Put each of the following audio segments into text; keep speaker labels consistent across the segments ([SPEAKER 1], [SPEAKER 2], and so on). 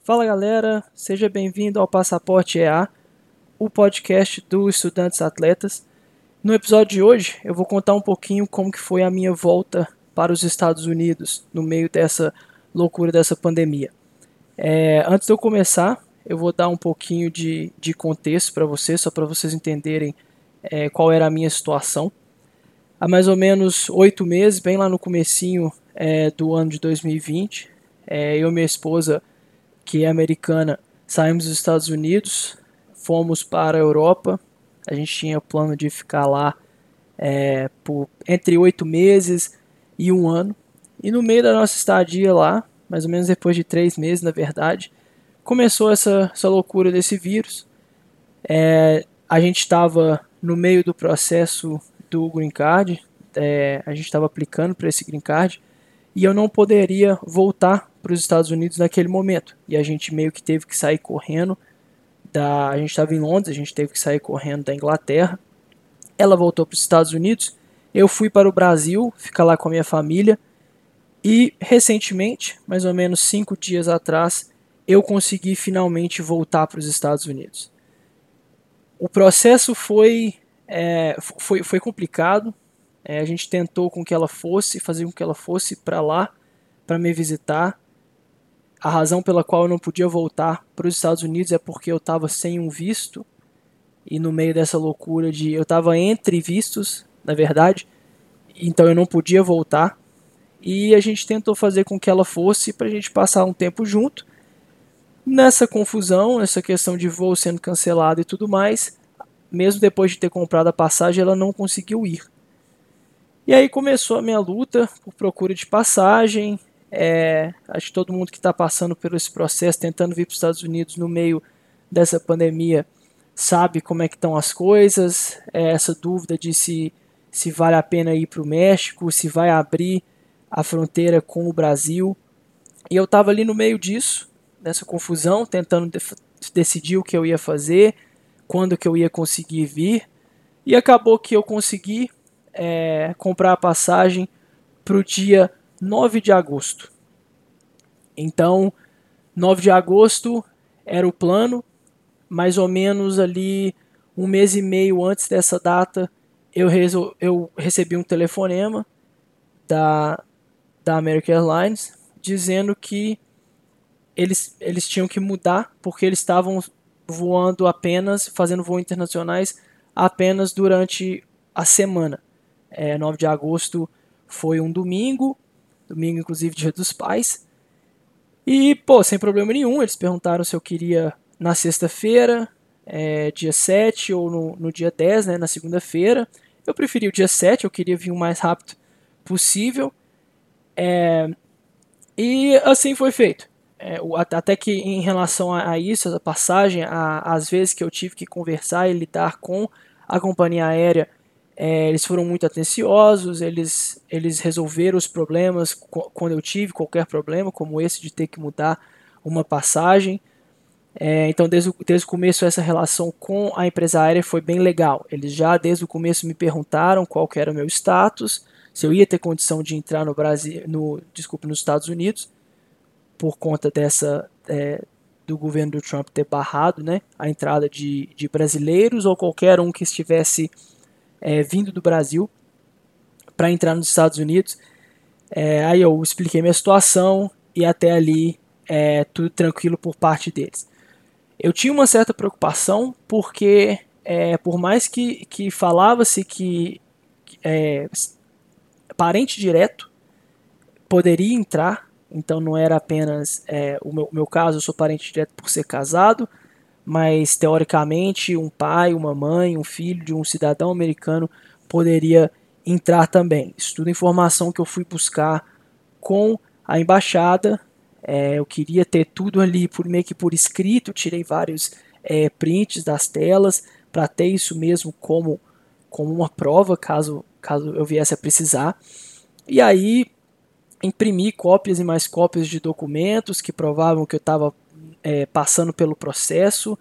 [SPEAKER 1] Fala galera, seja bem-vindo ao Passaporte EA, o podcast do Estudantes Atletas. No episódio de hoje eu vou contar um pouquinho como que foi a minha volta para os Estados Unidos no meio dessa loucura dessa pandemia. Antes de eu começar, eu vou dar um pouquinho de contexto para vocês, só para vocês entenderem qual era a minha situação. Há mais ou menos 8 meses, bem lá no comecinho do ano de 2020, eu e minha esposa, que é americana, saímos dos Estados Unidos, fomos para a Europa. A gente tinha o plano de ficar lá por entre 8 meses e um ano. E no meio da nossa estadia lá, mais ou menos depois de 3 meses, na verdade, começou essa loucura desse vírus. A gente estava no meio do processo do Green Card, a gente estava aplicando para esse Green Card, e eu não poderia voltar para os Estados Unidos naquele momento. E a gente meio que teve que sair correndo. A gente estava em Londres, a gente teve que sair correndo da Inglaterra. Ela voltou para os Estados Unidos. Eu fui para o Brasil, ficar lá com a minha família. E recentemente, mais ou menos 5 dias atrás, eu consegui finalmente voltar para os Estados Unidos. O processo foi complicado. A gente tentou com que ela fosse, fazer com que ela fosse para lá, para me visitar. A razão pela qual eu não podia voltar para os Estados Unidos é porque eu estava sem um visto. E no meio dessa loucura eu estava entre vistos, na verdade. Então eu não podia voltar. E a gente tentou fazer com que ela fosse para a gente passar um tempo junto. Nessa confusão, essa questão de voo sendo cancelado e tudo mais, mesmo depois de ter comprado a passagem, ela não conseguiu ir. E aí começou a minha luta por procura de passagem. Acho que todo mundo que está passando por esse processo, tentando vir para os Estados Unidos no meio dessa pandemia, sabe como é que estão as coisas. Essa dúvida de se vale a pena ir para o México, se vai abrir a fronteira com o Brasil. E eu estava ali no meio disso, nessa confusão, tentando decidir o que eu ia fazer, quando que eu ia conseguir vir. E acabou que eu consegui comprar a passagem para o dia 9 de agosto. Então, 9 de agosto era o plano, mais ou menos ali um mês e meio antes dessa data, eu recebi um telefonema da, da American Airlines dizendo que eles tinham que mudar porque eles estavam voando apenas, fazendo voos internacionais apenas durante a semana. 9 de agosto foi um domingo inclusive Dia dos Pais. E, pô, sem problema nenhum, eles perguntaram se eu queria na sexta-feira, dia 7 ou no dia 10, né, na segunda-feira. Eu preferi o dia 7, eu queria vir o mais rápido possível. E assim foi feito. Até que em relação a isso, a passagem, às vezes que eu tive que conversar e lidar com a companhia aérea, eles foram muito atenciosos, eles resolveram os problemas quando eu tive qualquer problema, como esse de ter que mudar uma passagem. Então, desde o começo, essa relação com a empresa aérea foi bem legal. Eles já, desde o começo, me perguntaram qual que era o meu status, se eu ia ter condição de entrar no Brasil, nos Estados Unidos, por conta do governo do Trump ter barrado, né, a entrada de brasileiros ou qualquer um que estivesse vindo do Brasil para entrar nos Estados Unidos. Aí eu expliquei minha situação e até ali tudo tranquilo por parte deles. Eu tinha uma certa preocupação porque por mais que falava-se que parente direto poderia entrar, então não era apenas o meu caso, eu sou parente direto por ser casado, mas teoricamente um pai, uma mãe, um filho de um cidadão americano poderia entrar também. Isso tudo é informação que eu fui buscar com a embaixada. Eu queria ter tudo ali meio que por escrito, tirei vários prints das telas para ter isso mesmo como uma prova caso eu viesse a precisar. E aí imprimi cópias e mais cópias de documentos que provavam que eu estava passando pelo processo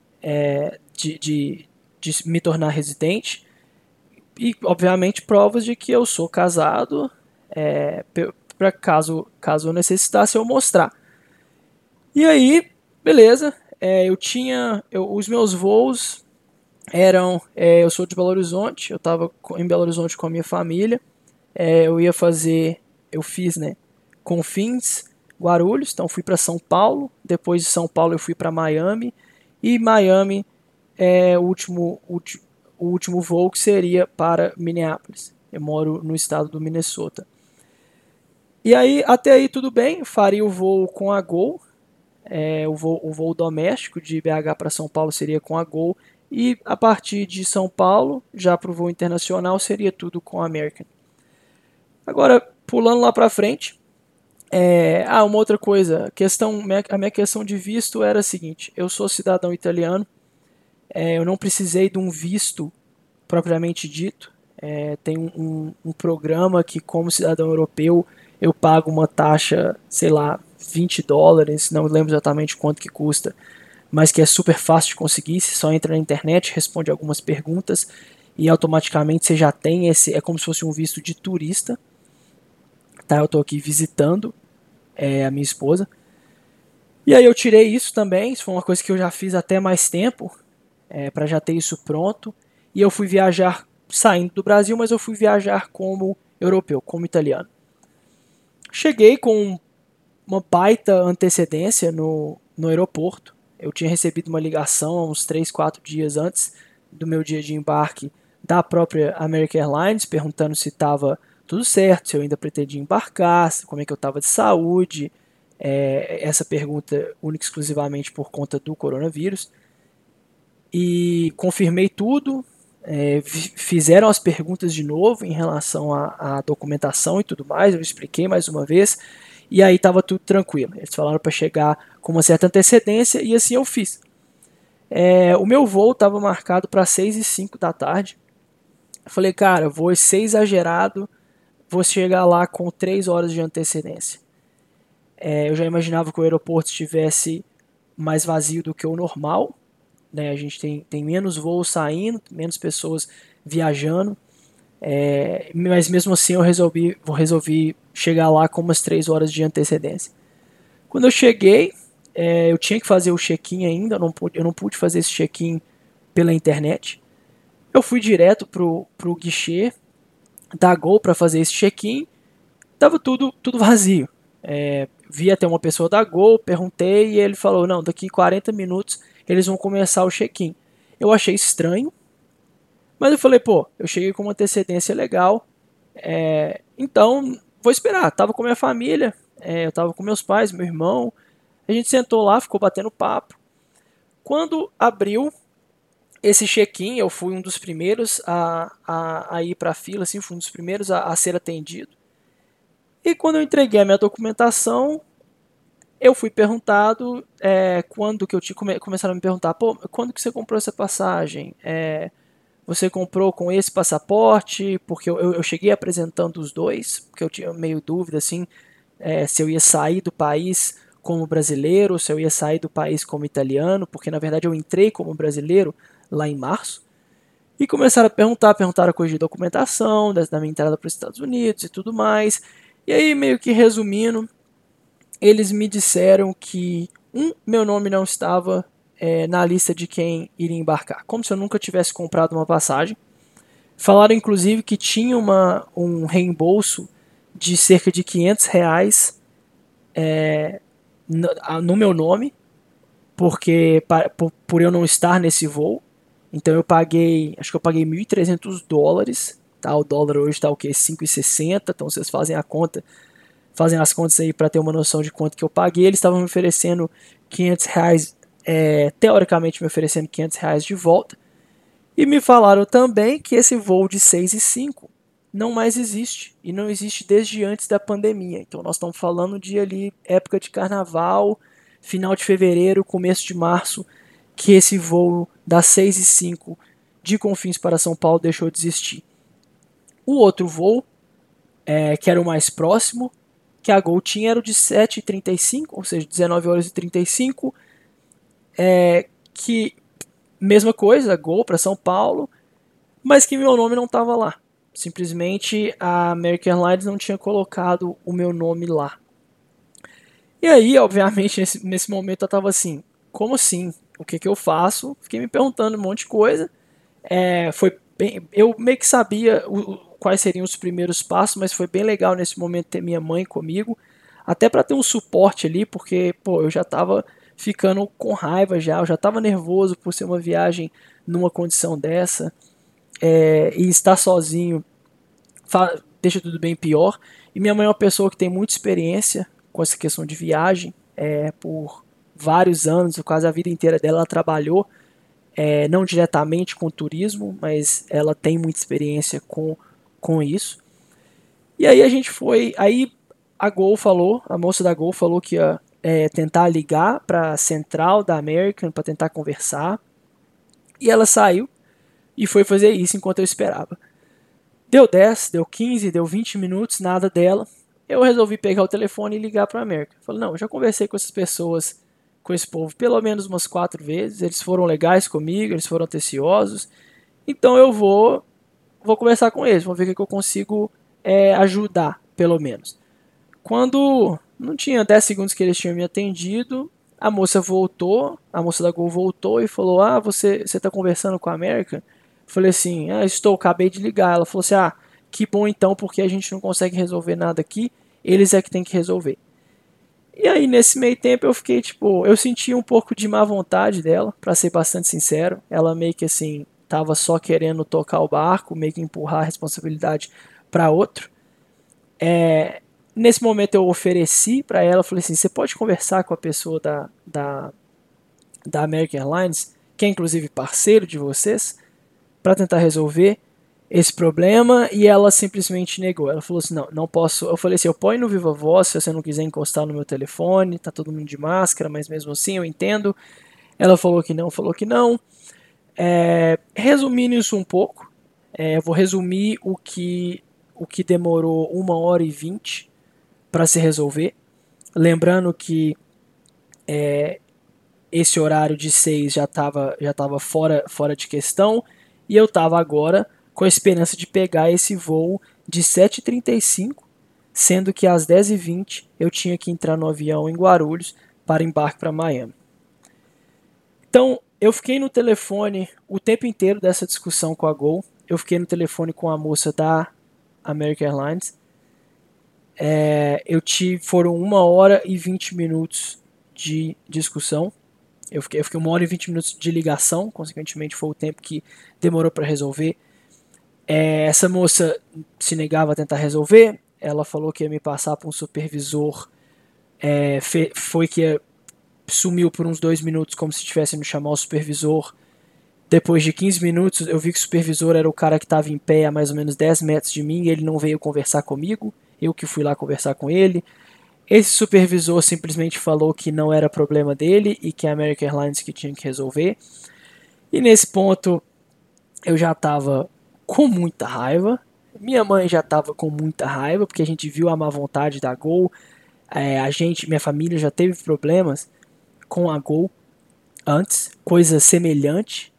[SPEAKER 1] de me tornar residente e, obviamente, provas de que eu sou casado, para caso eu necessitasse eu mostrar. E aí, beleza, os meus voos eram, eu sou de Belo Horizonte, eu estava em Belo Horizonte com a minha família, eu ia fazer, eu fiz, né, Confins, Guarulhos, então fui para São Paulo, depois de São Paulo eu fui para Miami, e Miami é o último voo que seria para Minneapolis. Eu moro no estado do Minnesota. E aí, até aí tudo bem, faria o voo com a Gol, o voo doméstico de BH para São Paulo seria com a Gol, e a partir de São Paulo, já para o voo internacional, seria tudo com a American. Agora, pulando lá para frente, uma outra coisa, a minha questão de visto era a seguinte: eu sou cidadão italiano, eu não precisei de um visto propriamente dito. Tem um programa que, como cidadão europeu, eu pago uma taxa, sei lá, $20, não lembro exatamente quanto que custa, mas que é super fácil de conseguir. Você só entra na internet, responde algumas perguntas e automaticamente você já tem esse. É como se fosse um visto de turista. Tá? Eu estou aqui visitando a minha esposa. E aí eu tirei isso também. Isso foi uma coisa que eu já fiz até mais tempo, para já ter isso pronto. E eu fui viajar saindo do Brasil, mas eu fui viajar como europeu, como italiano. Cheguei com uma baita antecedência no aeroporto. Eu tinha recebido uma ligação uns 3, 4 dias antes do meu dia de embarque da própria American Airlines, perguntando se estava tudo certo, se eu ainda pretendia embarcar, como é que eu estava de saúde. Essa pergunta única e exclusivamente por conta do coronavírus. E confirmei tudo, fizeram as perguntas de novo em relação à documentação e tudo mais, eu expliquei mais uma vez, e aí estava tudo tranquilo. Eles falaram para chegar com uma certa antecedência e assim eu fiz. O meu voo estava marcado para 6h05 da tarde. Eu falei, cara, vou ser exagerado, vou chegar lá com 3 horas de antecedência. Eu já imaginava que o aeroporto estivesse mais vazio do que o normal, né? A gente tem menos voos saindo, menos pessoas viajando, mas mesmo assim eu resolvi chegar lá com umas 3 horas de antecedência. Quando eu cheguei, eu tinha que fazer o check-in ainda, eu não pude fazer esse check-in pela internet. Eu fui direto pro guichê da Gol para fazer esse check-in, tava tudo vazio. Vi até uma pessoa da Gol, perguntei e ele falou, não, daqui 40 minutos eles vão começar o check-in. Eu achei estranho, mas eu falei, pô, eu cheguei com uma antecedência legal, então vou esperar. Tava com minha família, eu tava com meus pais, meu irmão, a gente sentou lá, ficou batendo papo. Quando abriu esse check-in, eu fui um dos primeiros a ir para a fila, assim, fui um dos primeiros a ser atendido. E quando eu entreguei a minha documentação, eu fui perguntado quando que eu tinha. Começaram a me perguntar, pô, quando que você comprou essa passagem? Você comprou com esse passaporte? Porque eu cheguei apresentando os dois, porque eu tinha meio dúvida assim, se eu ia sair do país como brasileiro, se eu ia sair do país como italiano, porque na verdade eu entrei como brasileiro lá em março. E começaram a perguntaram coisa de documentação, da minha entrada para os Estados Unidos e tudo mais. E aí, meio que resumindo, eles me disseram que meu nome não estava na lista de quem iria embarcar, como se eu nunca tivesse comprado uma passagem. Falaram inclusive que tinha um reembolso de cerca de R$ 500 no meu nome, porque por eu não estar nesse voo. Então acho que eu paguei US$ 1.300, tá? O dólar hoje está o quê? 5,60, então vocês fazem as contas aí para ter uma noção de quanto que eu paguei. Eles estavam me oferecendo R$ 500, teoricamente me oferecendo R$ 500 de volta. E me falaram também que esse voo de 6h05 não mais existe. E não existe desde antes da pandemia. Então nós estamos falando de ali, época de carnaval, final de fevereiro, começo de março, que esse voo das 6h05 de Confins para São Paulo deixou de existir. O outro voo, que era o mais próximo, que a Gol tinha, era o de 7h35, ou seja, 19h35, que mesma coisa, Gol para São Paulo, mas que meu nome não estava lá. Simplesmente a American Airlines não tinha colocado o meu nome lá. E aí, obviamente, nesse momento eu tava assim, como assim? O que eu faço? Fiquei me perguntando um monte de coisa. Foi bem, eu meio que sabia quais seriam os primeiros passos, mas foi bem legal nesse momento ter minha mãe comigo, até para ter um suporte ali, porque pô, eu já tava ficando com raiva já, eu já tava nervoso por ser uma viagem numa condição dessa, e estar sozinho deixa tudo bem pior. E minha mãe é uma pessoa que tem muita experiência com essa questão de viagem, por vários anos, quase a vida inteira dela ela trabalhou, não diretamente com turismo, mas ela tem muita experiência com isso. E aí a gente foi, aí a moça da Gol falou que ia tentar ligar para a central da American para tentar conversar. E ela saiu e foi fazer isso enquanto eu esperava. Deu 10, deu 15, deu 20 minutos, nada dela. Eu resolvi pegar o telefone e ligar para a América. Falei, não, eu já conversei com essas pessoas, com esse povo, pelo menos umas 4 vezes. Eles foram legais comigo, eles foram atenciosos. Então eu vou conversar com eles, vou ver o que eu consigo ajudar, pelo menos. Quando não tinha 10 segundos que eles tinham me atendido, a moça voltou, a moça da Gol voltou e falou: Ah, você está conversando com a América? Falei assim: acabei de ligar. Ela falou assim: Ah, que bom então, porque a gente não consegue resolver nada aqui, eles é que tem que resolver. E aí, nesse meio tempo, eu fiquei tipo, eu senti um pouco de má vontade dela, pra ser bastante sincero. Ela meio que assim, tava só querendo tocar o barco, meio que empurrar a responsabilidade para outro. Nesse momento, eu ofereci para ela, falei assim: você pode conversar com a pessoa da American Airlines, que é inclusive parceiro de vocês, para tentar resolver esse problema, e ela simplesmente negou. Ela falou assim: não, não posso. Eu falei assim: eu ponho no Viva Voz se você não quiser encostar no meu telefone, tá todo mundo de máscara, mas mesmo assim eu entendo. Ela falou que não, falou que não. Resumindo isso um pouco, eu vou resumir o que demorou 1 hora e 20 para se resolver. Lembrando que esse horário de 6 já tava fora de questão, e eu estava agora com a esperança de pegar esse voo de 7h35, sendo que às 10h20 eu tinha que entrar no avião em Guarulhos para embarque para Miami. Então eu fiquei no telefone o tempo inteiro dessa discussão com a Gol, eu fiquei no telefone com a moça da American Airlines. Foram 1 hora e 20 minutos de discussão. Eu fiquei 1 hora e 20 minutos de ligação, consequentemente foi o tempo que demorou para resolver. Essa moça se negava a tentar resolver, ela falou que ia me passar para um supervisor, foi que sumiu por uns 2 minutos, como se tivesse me chamar o supervisor. Depois de 15 minutos, eu vi que o supervisor era o cara que estava em pé a mais ou menos 10 metros de mim, e ele não veio conversar comigo, eu que fui lá conversar com ele. Esse supervisor simplesmente falou que não era problema dele e que a American Airlines que tinha que resolver. E nesse ponto eu já estava com muita raiva. Minha mãe já estava com muita raiva porque a gente viu a má vontade da Gol. Minha família já teve problemas com a Gol antes, coisa semelhante.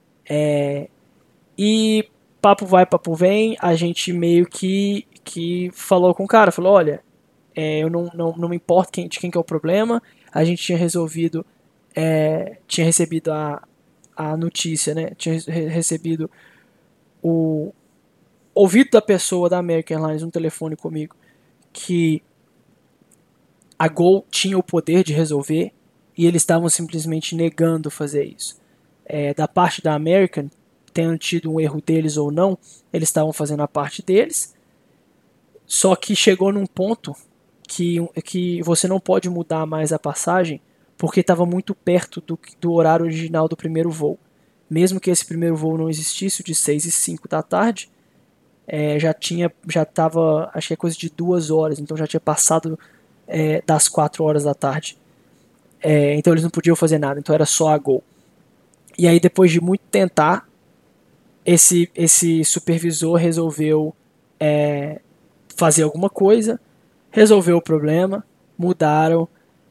[SPEAKER 1] E papo vai, papo vem, a gente meio que falou com o cara, falou, olha, eu não me importo de quem que é o problema. A gente tinha resolvido, tinha recebido a notícia, né? Tinha recebido o ouvido da pessoa da American Airlines no telefone comigo que a Gol tinha o poder de resolver e eles estavam simplesmente negando fazer isso. Da parte da American, tendo tido um erro deles ou não, eles estavam fazendo a parte deles. Só que chegou num ponto que você não pode mudar mais a passagem porque estava muito perto do horário original do primeiro voo. Mesmo que esse primeiro voo não existisse, o de 6h05 da tarde, já estava, acho que é coisa de 2 horas, então já tinha passado das 4 horas da tarde. Então eles não podiam fazer nada, então era só a Gol. E aí depois de muito tentar, esse supervisor resolveu fazer alguma coisa, resolveu o problema, mudaram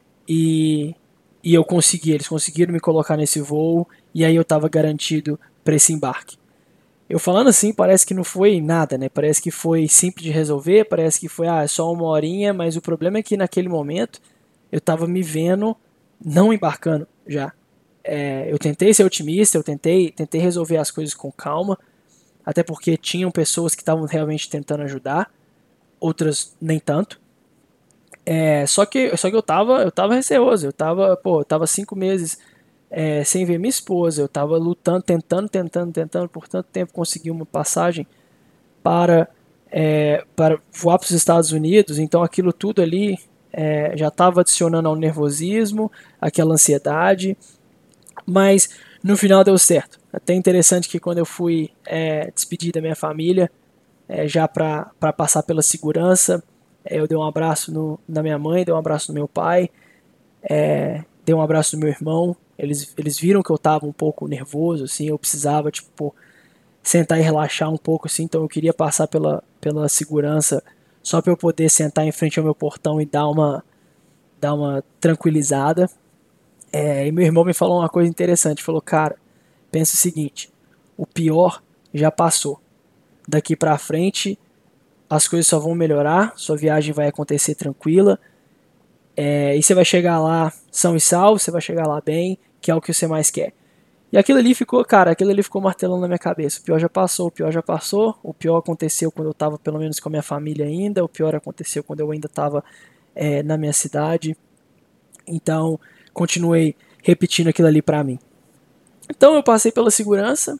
[SPEAKER 1] e eu consegui. Eles conseguiram me colocar nesse voo e aí eu estava garantido para esse embarque. Eu falando assim, parece que não foi nada, né? Parece que foi simples de resolver, parece que foi só 1 horinha, mas o problema é que naquele momento eu estava me vendo não embarcando já. Eu tentei ser otimista, eu tentei resolver as coisas com calma, até porque tinham pessoas que estavam realmente tentando ajudar, outras nem tanto. Só que eu tava receoso, eu tava 5 meses sem ver minha esposa, eu tava lutando, tentando por tanto tempo conseguir uma passagem para, para voar para os Estados Unidos, então aquilo tudo ali já estava adicionando ao nervosismo, aquela ansiedade, mas no final deu certo. Até interessante que quando eu fui despedir da minha família, já para passar pela segurança, eu dei um abraço na minha mãe, dei um abraço no meu pai, dei um abraço no meu irmão. Eles viram que eu estava um pouco nervoso, assim, eu precisava, tipo, sentar e relaxar um pouco, assim, então eu queria passar pela segurança só para eu poder sentar em frente ao meu portão e dar uma tranquilizada. E meu irmão me falou uma coisa interessante, falou, cara, pensa o seguinte, o pior já passou, daqui para frente as coisas só vão melhorar, sua viagem vai acontecer tranquila, e você vai chegar lá são e salvo, você vai chegar lá bem, que é o que você mais quer. E aquilo ali ficou, cara, aquilo ali ficou martelando na minha cabeça. O pior já passou, o pior já passou. O pior aconteceu quando eu tava pelo menos com a minha família ainda. O pior aconteceu quando eu ainda tava na minha cidade. Então, continuei repetindo aquilo ali pra mim. Então eu passei pela segurança,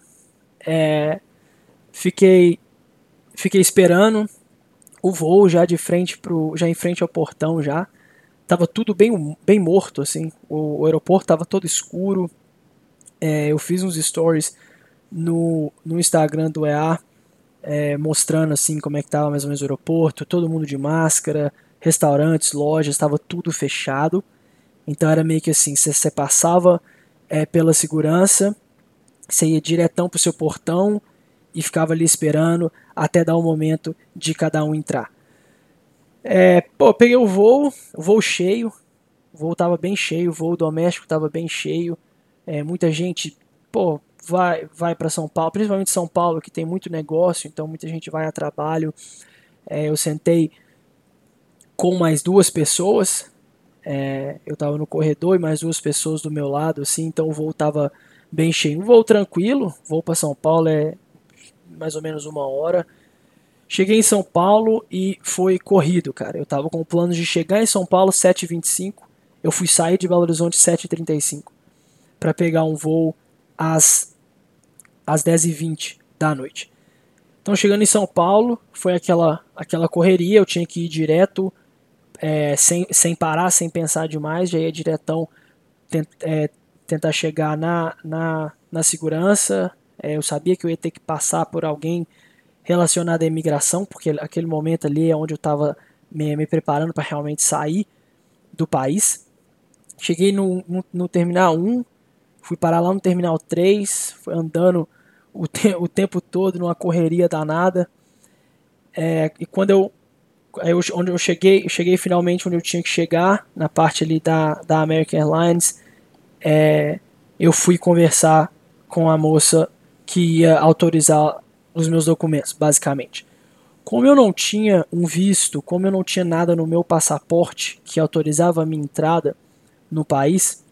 [SPEAKER 1] fiquei, fiquei esperando o voo já de frente já em frente ao portão já. Tava tudo bem morto, assim. O aeroporto tava todo escuro. Eu fiz uns stories no Instagram do EA, mostrando assim como é que tava mais ou menos o aeroporto, todo mundo de máscara, restaurantes, lojas, estava tudo fechado. Então era meio que assim, você passava pela segurança, você ia diretão pro seu portão e ficava ali esperando até dar o momento de cada um entrar. Peguei o voo cheio, o voo tava bem cheio, o voo doméstico tava bem cheio, muita gente, vai para São Paulo, principalmente São Paulo, que tem muito negócio, então muita gente vai a trabalho. Eu sentei com mais duas pessoas, eu tava no corredor e mais duas pessoas do meu lado, assim, então o voo tava bem cheio. Um voo tranquilo, voo para São Paulo é mais ou menos 1 hora. Cheguei em São Paulo e foi corrido, cara. Eu tava com o plano de chegar em São Paulo 7h25. Eu fui sair de Belo Horizonte 7h35 para pegar um voo às 10h20 da noite. Então, chegando em São Paulo, foi aquela correria. Eu tinha que ir direto, sem parar, sem pensar demais. Já ia diretão tentar chegar na segurança. Eu sabia que eu ia ter que passar por alguém relacionado à imigração, porque aquele momento ali é onde eu estava me preparando para realmente sair do país. Cheguei no Terminal 1, fui parar lá no Terminal 3, fui andando o tempo todo numa correria danada. E quando onde eu cheguei finalmente onde eu tinha que chegar, na parte ali da American Airlines, eu fui conversar com a moça que ia autorizar os meus documentos, basicamente. Como eu não tinha um visto, como eu não tinha nada no meu passaporte que autorizava a minha entrada no país,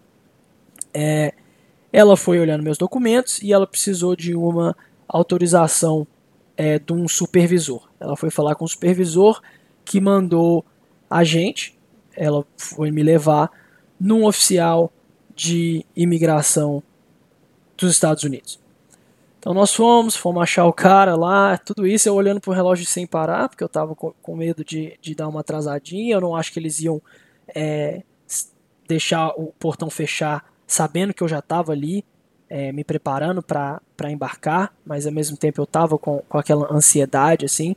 [SPEAKER 1] ela foi olhando meus documentos e ela precisou de uma autorização de um supervisor. Ela foi falar com o supervisor que mandou a gente, ela foi me levar num oficial de imigração dos Estados Unidos. Então nós fomos achar o cara lá, tudo isso eu olhando pro relógio sem parar, porque eu tava com medo de dar uma atrasadinha, eu não acho que eles iam deixar o portão fechar sabendo que eu já tava ali, me preparando para embarcar, mas ao mesmo tempo eu tava com aquela ansiedade, assim.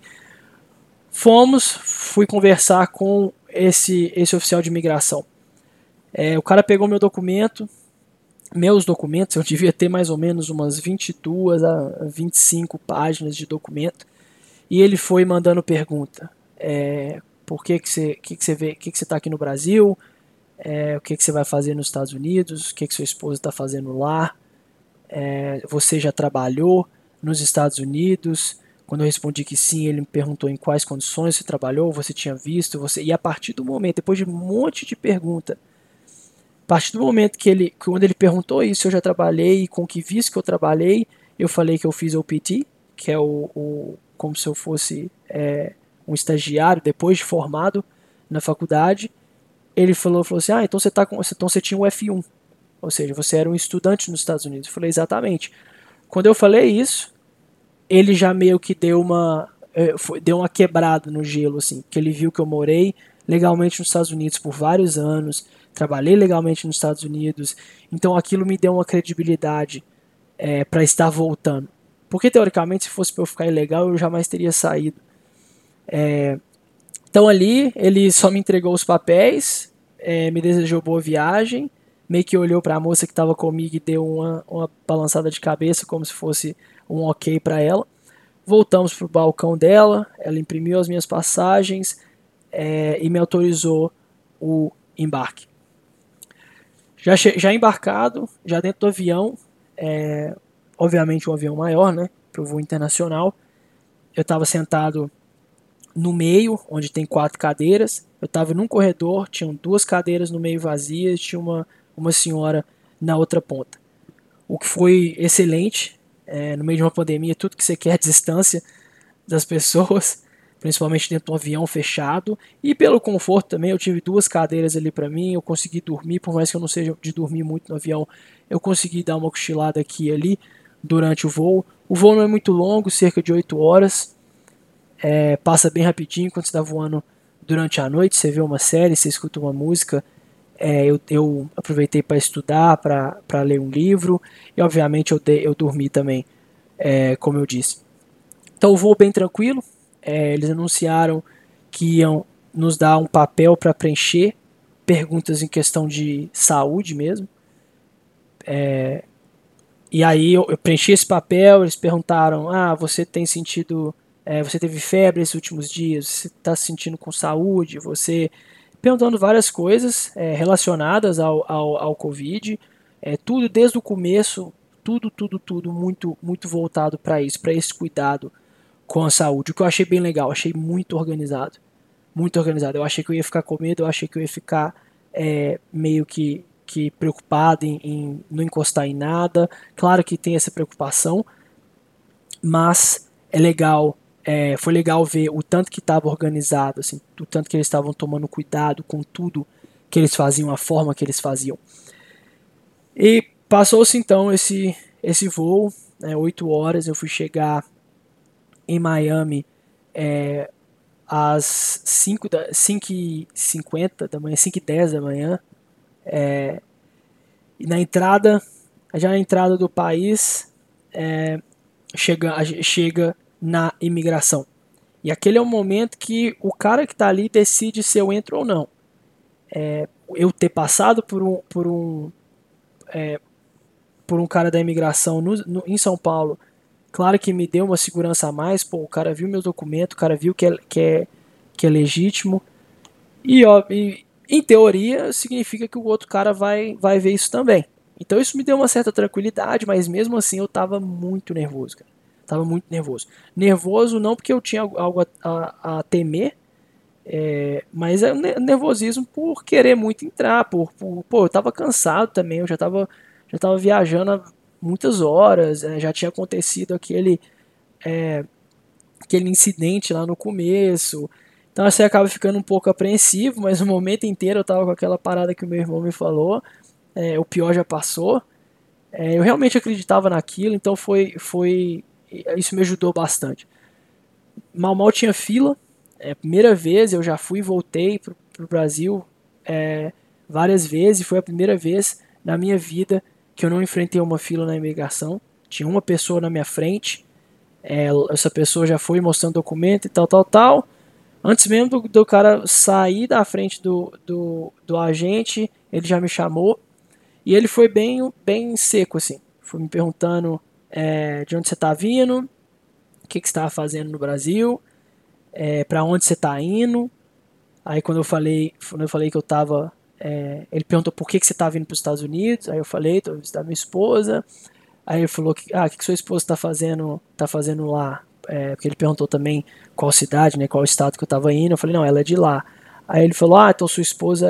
[SPEAKER 1] Fui conversar com esse oficial de imigração. O cara pegou meus documentos, eu devia ter mais ou menos umas 22 a 25 páginas de documento, e ele foi mandando pergunta. Por que você vê, que você está aqui no Brasil? O que você vai fazer nos Estados Unidos? O que sua esposa está fazendo lá? Você já trabalhou nos Estados Unidos? Quando eu respondi que sim, ele me perguntou em quais condições você trabalhou, você tinha visto, e a partir do momento, depois de um monte de pergunta, a partir do momento quando ele perguntou isso, eu já trabalhei e com que visto que eu trabalhei, eu falei que eu fiz OPT, que é como se eu fosse um estagiário depois de formado na faculdade. Ele falou assim, então então você tinha o F1, ou seja, você era um estudante nos Estados Unidos. Eu falei, exatamente. Quando eu falei isso, ele já meio que deu uma quebrada no gelo, assim, que ele viu que eu morei legalmente nos Estados Unidos por vários anos, trabalhei legalmente nos Estados Unidos, então aquilo me deu uma credibilidade para estar voltando. Porque teoricamente, se fosse para eu ficar ilegal, eu jamais teria saído. Então ali, ele só me entregou os papéis, me desejou boa viagem, meio que olhou para a moça que estava comigo e deu uma balançada de cabeça, como se fosse um ok para ela. Voltamos para o balcão dela, ela imprimiu as minhas passagens e me autorizou o embarque. Já embarcado, já dentro do avião, obviamente um avião maior, né, para o voo internacional, eu estava sentado no meio, onde tem 4 cadeiras, eu estava num corredor, tinham 2 cadeiras no meio vazias, tinha uma senhora na outra ponta. O que foi excelente, no meio de uma pandemia, tudo que você quer é distância das pessoas, principalmente dentro de um avião fechado, e pelo conforto também, eu tive 2 cadeiras ali para mim, eu consegui dormir, por mais que eu não seja de dormir muito no avião, eu consegui dar uma cochilada aqui e ali durante o voo. O voo não é muito longo, cerca de 8 horas, passa bem rapidinho quando você está voando durante a noite, você vê uma série, você escuta uma música. Eu aproveitei para estudar, para ler um livro, e obviamente eu dormi também, como eu disse. Então o voo bem tranquilo, eles anunciaram que iam nos dar um papel para preencher, perguntas em questão de saúde mesmo. E aí eu preenchi esse papel, eles perguntaram, você tem sentido, você teve febre esses últimos dias, você está se sentindo com saúde, você... Perguntando várias coisas relacionadas ao Covid, tudo desde o começo, tudo muito, muito voltado para isso, para esse cuidado com a saúde, o que eu achei bem legal, achei muito organizado. Muito organizado. Eu achei que eu ia ficar com medo, eu achei que eu ia ficar meio que preocupado em não encostar em nada. Claro que tem essa preocupação, mas é legal, foi legal ver o tanto que estava organizado, assim, o tanto que eles estavam tomando cuidado com tudo que eles faziam, a forma que eles faziam. E passou-se então esse voo, 8 horas, eu fui chegar em Miami às 5h50 da manhã, 5h10 da manhã. E já na entrada do país, chega na imigração. E aquele é o momento que o cara que está ali decide se eu entro ou não. Eu ter passado por um cara da imigração em São Paulo, claro que me deu uma segurança a mais. Pô, o cara viu meus documentos, o cara viu que é legítimo. E em teoria significa que o outro cara vai ver isso também. Então isso me deu uma certa tranquilidade, mas mesmo assim eu tava muito nervoso, cara. Tava muito nervoso. Nervoso não porque eu tinha algo a temer, mas é nervosismo por querer muito entrar, pô, eu tava cansado também, eu já tava viajando há muitas horas, já tinha acontecido aquele incidente lá no começo. Então você acaba ficando um pouco apreensivo, mas o momento inteiro eu tava com aquela parada que o meu irmão me falou, o pior já passou. Eu realmente acreditava naquilo, então isso me ajudou bastante. Mal tinha fila, primeira vez eu já fui e voltei pro Brasil várias vezes, foi a primeira vez na minha vida que eu não enfrentei uma fila na imigração. Tinha uma pessoa na minha frente, essa pessoa já foi mostrando documento e tal. Antes mesmo do cara sair da frente do agente, ele já me chamou. E ele foi bem seco, assim. Foi me perguntando de onde você tá vindo, o que você estava fazendo no Brasil, para onde você está indo. Aí quando eu falei que eu tava. Ele perguntou por que você tá vindo para os Estados Unidos. Aí eu falei, tô visitar minha esposa. Aí ele falou que sua esposa tá fazendo lá? porque ele perguntou também qual cidade, né, qual estado que eu estava indo. Eu falei, não, ela é de lá. Aí ele falou, então sua esposa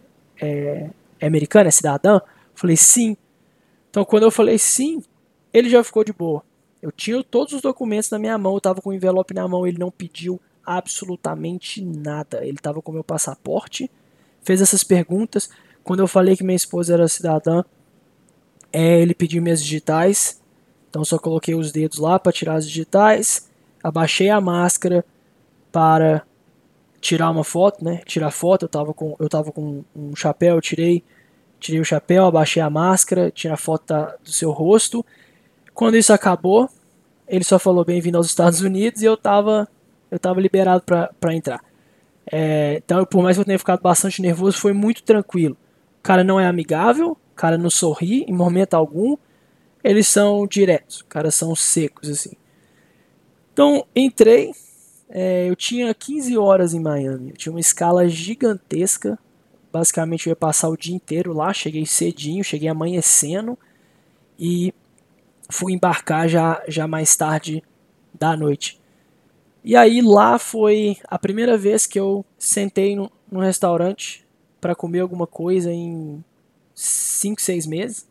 [SPEAKER 1] é americana, é cidadã? Eu falei, sim. Então quando eu falei sim, ele já ficou de boa. Eu tinha todos os documentos na minha mão, eu estava com o envelope na mão, ele não pediu absolutamente nada. Ele estava com o meu passaporte, fez essas perguntas. Quando eu falei que minha esposa era cidadã, ele pediu minhas digitais. Então só coloquei os dedos lá para tirar as digitais, abaixei a máscara para tirar uma foto, né? Tirar foto, eu tava com um chapéu, eu tirei o chapéu, abaixei a máscara, tirei a foto do seu rosto. Quando isso acabou, ele só falou bem-vindo aos Estados Unidos e eu tava liberado para entrar. Então, por mais que eu tenha ficado bastante nervoso, foi muito tranquilo. O cara não é amigável, o cara não sorri em momento algum. Eles são diretos, caras são secos, assim. Então, entrei, eu tinha 15 horas em Miami, eu tinha uma escala gigantesca. Basicamente, eu ia passar o dia inteiro lá, cheguei cedinho, cheguei amanhecendo e fui embarcar já mais tarde da noite. E aí lá foi a primeira vez que eu sentei num restaurante para comer alguma coisa em 5, 6 meses.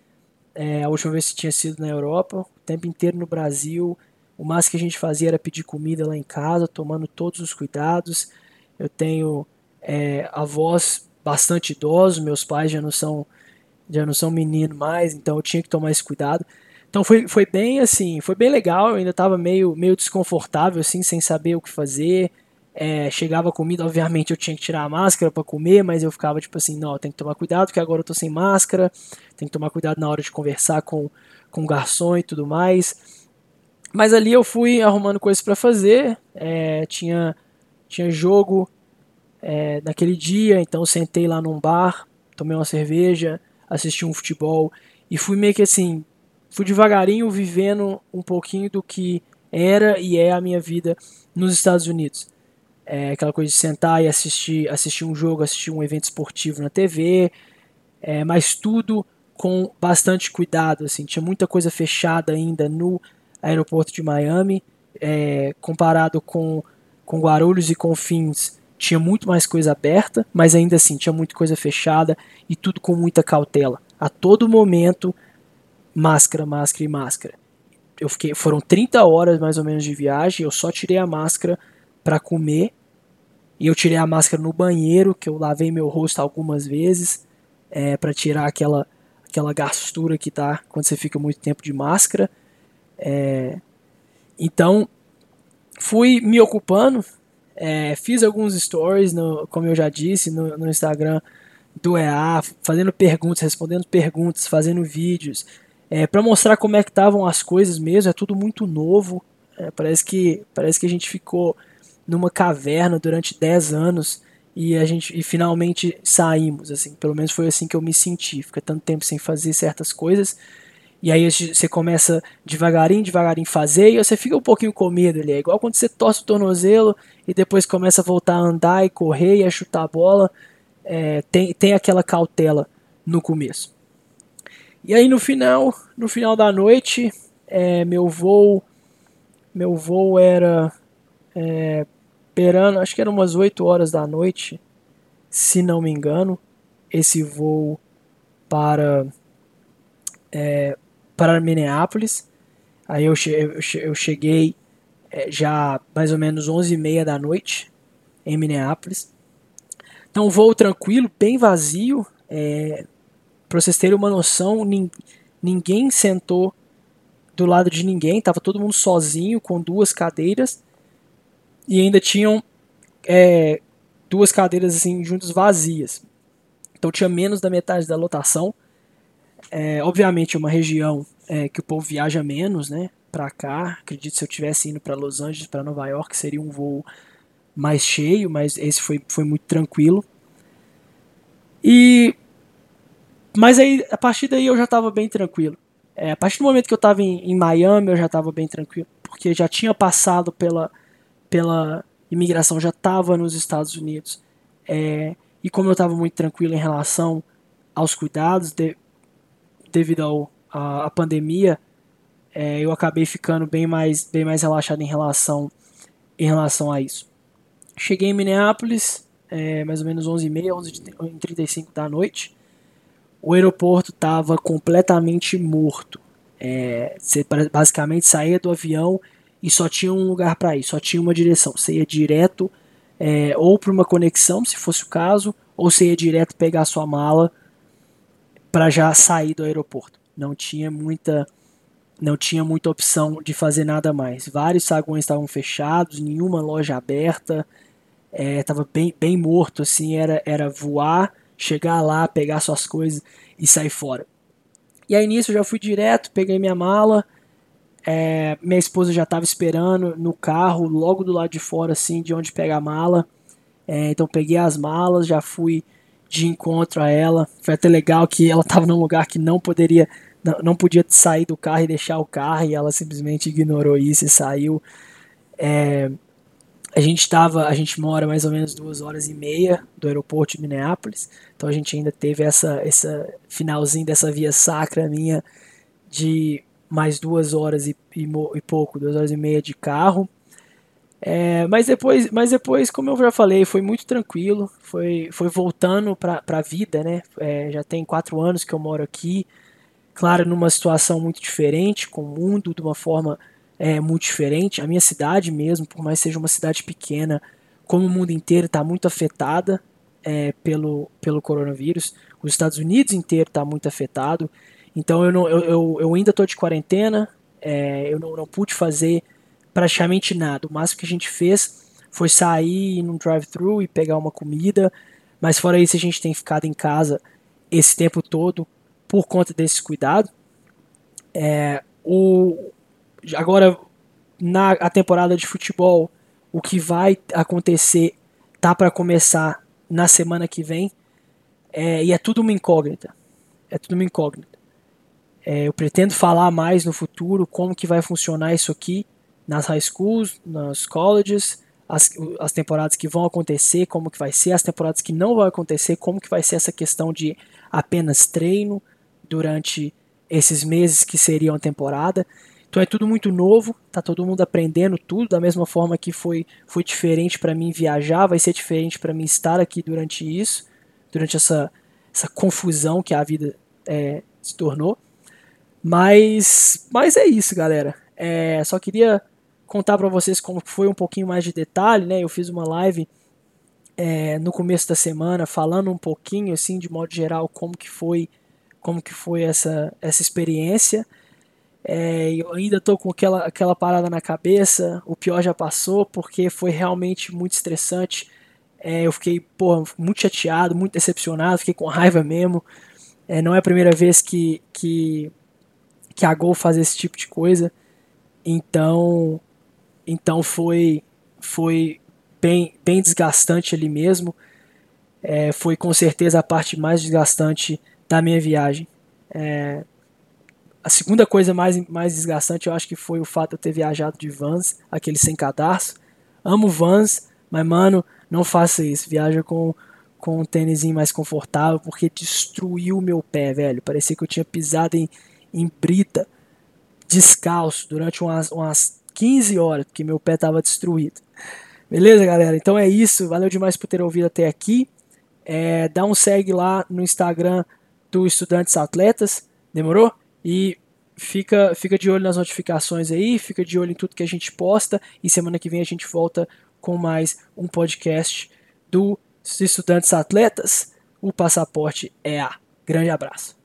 [SPEAKER 1] A última vez que tinha sido na Europa, o tempo inteiro no Brasil. O máximo que a gente fazia era pedir comida lá em casa, tomando todos os cuidados. Eu tenho avós bastante idosos, meus pais já não são menino mais, então eu tinha que tomar esse cuidado. Então foi bem assim, foi bem legal, eu ainda estava meio desconfortável, assim, sem saber o que fazer. Chegava a comida, obviamente eu tinha que tirar a máscara para comer, mas eu ficava tipo assim, não, eu tenho que tomar cuidado, porque agora eu tô sem máscara, tem que tomar cuidado na hora de conversar com o garçom e tudo mais. Mas ali eu fui arrumando coisas para fazer, tinha jogo naquele dia, então eu sentei lá num bar, tomei uma cerveja, assisti um futebol e fui meio que assim, fui devagarinho vivendo um pouquinho do que era e é a minha vida nos Estados Unidos. Aquela coisa de sentar e assistir um jogo, assistir um evento esportivo na TV, mas tudo com bastante cuidado, assim, tinha muita coisa fechada ainda no aeroporto de Miami, comparado com Guarulhos e Confins, tinha muito mais coisa aberta, mas ainda assim tinha muita coisa fechada e tudo com muita cautela. A todo momento, máscara, máscara e máscara. Foram 30 horas mais ou menos de viagem, eu só tirei a máscara para comer e eu tirei a máscara no banheiro, que eu lavei meu rosto algumas vezes, para tirar aquela gastura que tá quando você fica muito tempo de máscara. Então, fui me ocupando, fiz alguns stories, como eu já disse, no Instagram do EA, fazendo perguntas, respondendo perguntas, fazendo vídeos, para mostrar como é que estavam as coisas mesmo, é tudo muito novo, parece que a gente ficou numa caverna durante 10 anos e finalmente saímos, assim, pelo menos foi assim que eu me senti, fica tanto tempo sem fazer certas coisas, e aí você começa devagarinho, devagarinho fazer, e você fica um pouquinho com medo ali. É igual quando você torce o tornozelo e depois começa a voltar a andar e correr e a chutar a bola. Tem aquela cautela no começo. E aí no final da noite, meu voo era acho que era umas 8 horas da noite, se não me engano, esse voo para, para Minneapolis. Aí eu cheguei já mais ou menos 11h30 da noite em Minneapolis. Então, voo tranquilo, bem vazio. Para vocês terem uma noção, ninguém sentou do lado de ninguém, tava todo mundo sozinho com duas cadeiras e ainda tinham duas cadeiras assim juntas vazias. Então tinha menos da metade da lotação. Obviamente é uma região que o povo viaja menos, né? Pra cá, acredito que se eu tivesse indo para Los Angeles, para Nova York, seria um voo mais cheio, mas esse foi muito tranquilo. E mas aí a partir daí eu já estava bem tranquilo. A partir do momento que eu estava em Miami eu já estava bem tranquilo, porque já tinha passado pela imigração, já estava nos Estados Unidos. E como eu estava muito tranquilo em relação aos cuidados devido à pandemia, eu acabei ficando bem mais relaxado em relação a isso. Cheguei em Minneapolis, mais ou menos 11h30, 11h35 da noite. O aeroporto estava completamente morto. Você basicamente saía do avião e só tinha um lugar para ir, só tinha uma direção. Você ia direto ou para uma conexão, se fosse o caso, ou você ia direto pegar sua mala para já sair do aeroporto. Não tinha muita opção de fazer nada mais. Vários saguões estavam fechados, nenhuma loja aberta, estava bem morto, assim, era voar, chegar lá, pegar suas coisas e sair fora. E aí nisso eu já fui direto, peguei minha mala, minha esposa já estava esperando no carro, logo do lado de fora, assim, de onde pega a mala. Então peguei as malas, já fui de encontro a ela. Foi até legal que ela estava num lugar que não podia sair do carro e deixar o carro, e ela simplesmente ignorou isso e saiu. A gente mora mais ou menos 2h30 do aeroporto de Minneapolis, então a gente ainda teve essa finalzinho dessa via sacra minha de mais 2 horas e pouco, 2h30 de carro. Mas depois, como eu já falei, foi muito tranquilo, foi voltando para a vida, né? Já tem 4 anos que eu moro aqui, claro, numa situação muito diferente, com o mundo de uma forma muito diferente. A minha cidade mesmo, por mais que seja uma cidade pequena, como o mundo inteiro está muito afetada pelo coronavírus. Os Estados Unidos inteiro está muito afetado. Então eu ainda estou de quarentena, eu não pude fazer praticamente nada. O máximo que a gente fez foi sair num drive-thru e pegar uma comida, mas fora isso a gente tem ficado em casa esse tempo todo por conta desse cuidado. O, Agora, a temporada de futebol, o que vai acontecer tá para começar na semana que vem, e é tudo uma incógnita. É tudo uma incógnita. Eu pretendo falar mais no futuro como que vai funcionar isso aqui nas high schools, nos colleges, as temporadas que vão acontecer, como que vai ser, as temporadas que não vão acontecer, como que vai ser essa questão de apenas treino durante esses meses que seriam a temporada. Então é tudo muito novo, tá todo mundo aprendendo tudo, da mesma forma que foi diferente para mim viajar, vai ser diferente para mim estar aqui durante essa confusão que a vida se tornou. Mas é isso, galera. Só queria contar para vocês como foi um pouquinho mais de detalhe, né? Eu fiz uma live no começo da semana falando um pouquinho, assim, de modo geral, como que foi essa experiência. Eu ainda tô com aquela parada na cabeça, o pior já passou, porque foi realmente muito estressante. Eu fiquei, porra, muito chateado, muito decepcionado, fiquei com raiva mesmo. Não é a primeira vez que a Gol faz esse tipo de coisa. Então, então foi bem desgastante ali mesmo. Foi com certeza a parte mais desgastante da minha viagem. A segunda coisa mais desgastante eu acho que foi o fato de eu ter viajado de Vans, aquele sem cadarço. Amo Vans, mas mano, não faça isso. Viaja com um tênisinho mais confortável, porque destruiu o meu pé, velho. Parecia que eu tinha pisado em brita descalço durante umas 15 horas, porque meu pé estava destruído. Beleza, galera? Então é isso. Valeu demais por ter ouvido até aqui. Dá um segue lá no Instagram do Estudantes Atletas. Demorou? E fica de olho nas notificações aí, fica de olho em tudo que a gente posta. E semana que vem a gente volta com mais um podcast do Estudantes Atletas. O passaporte é A. Grande abraço.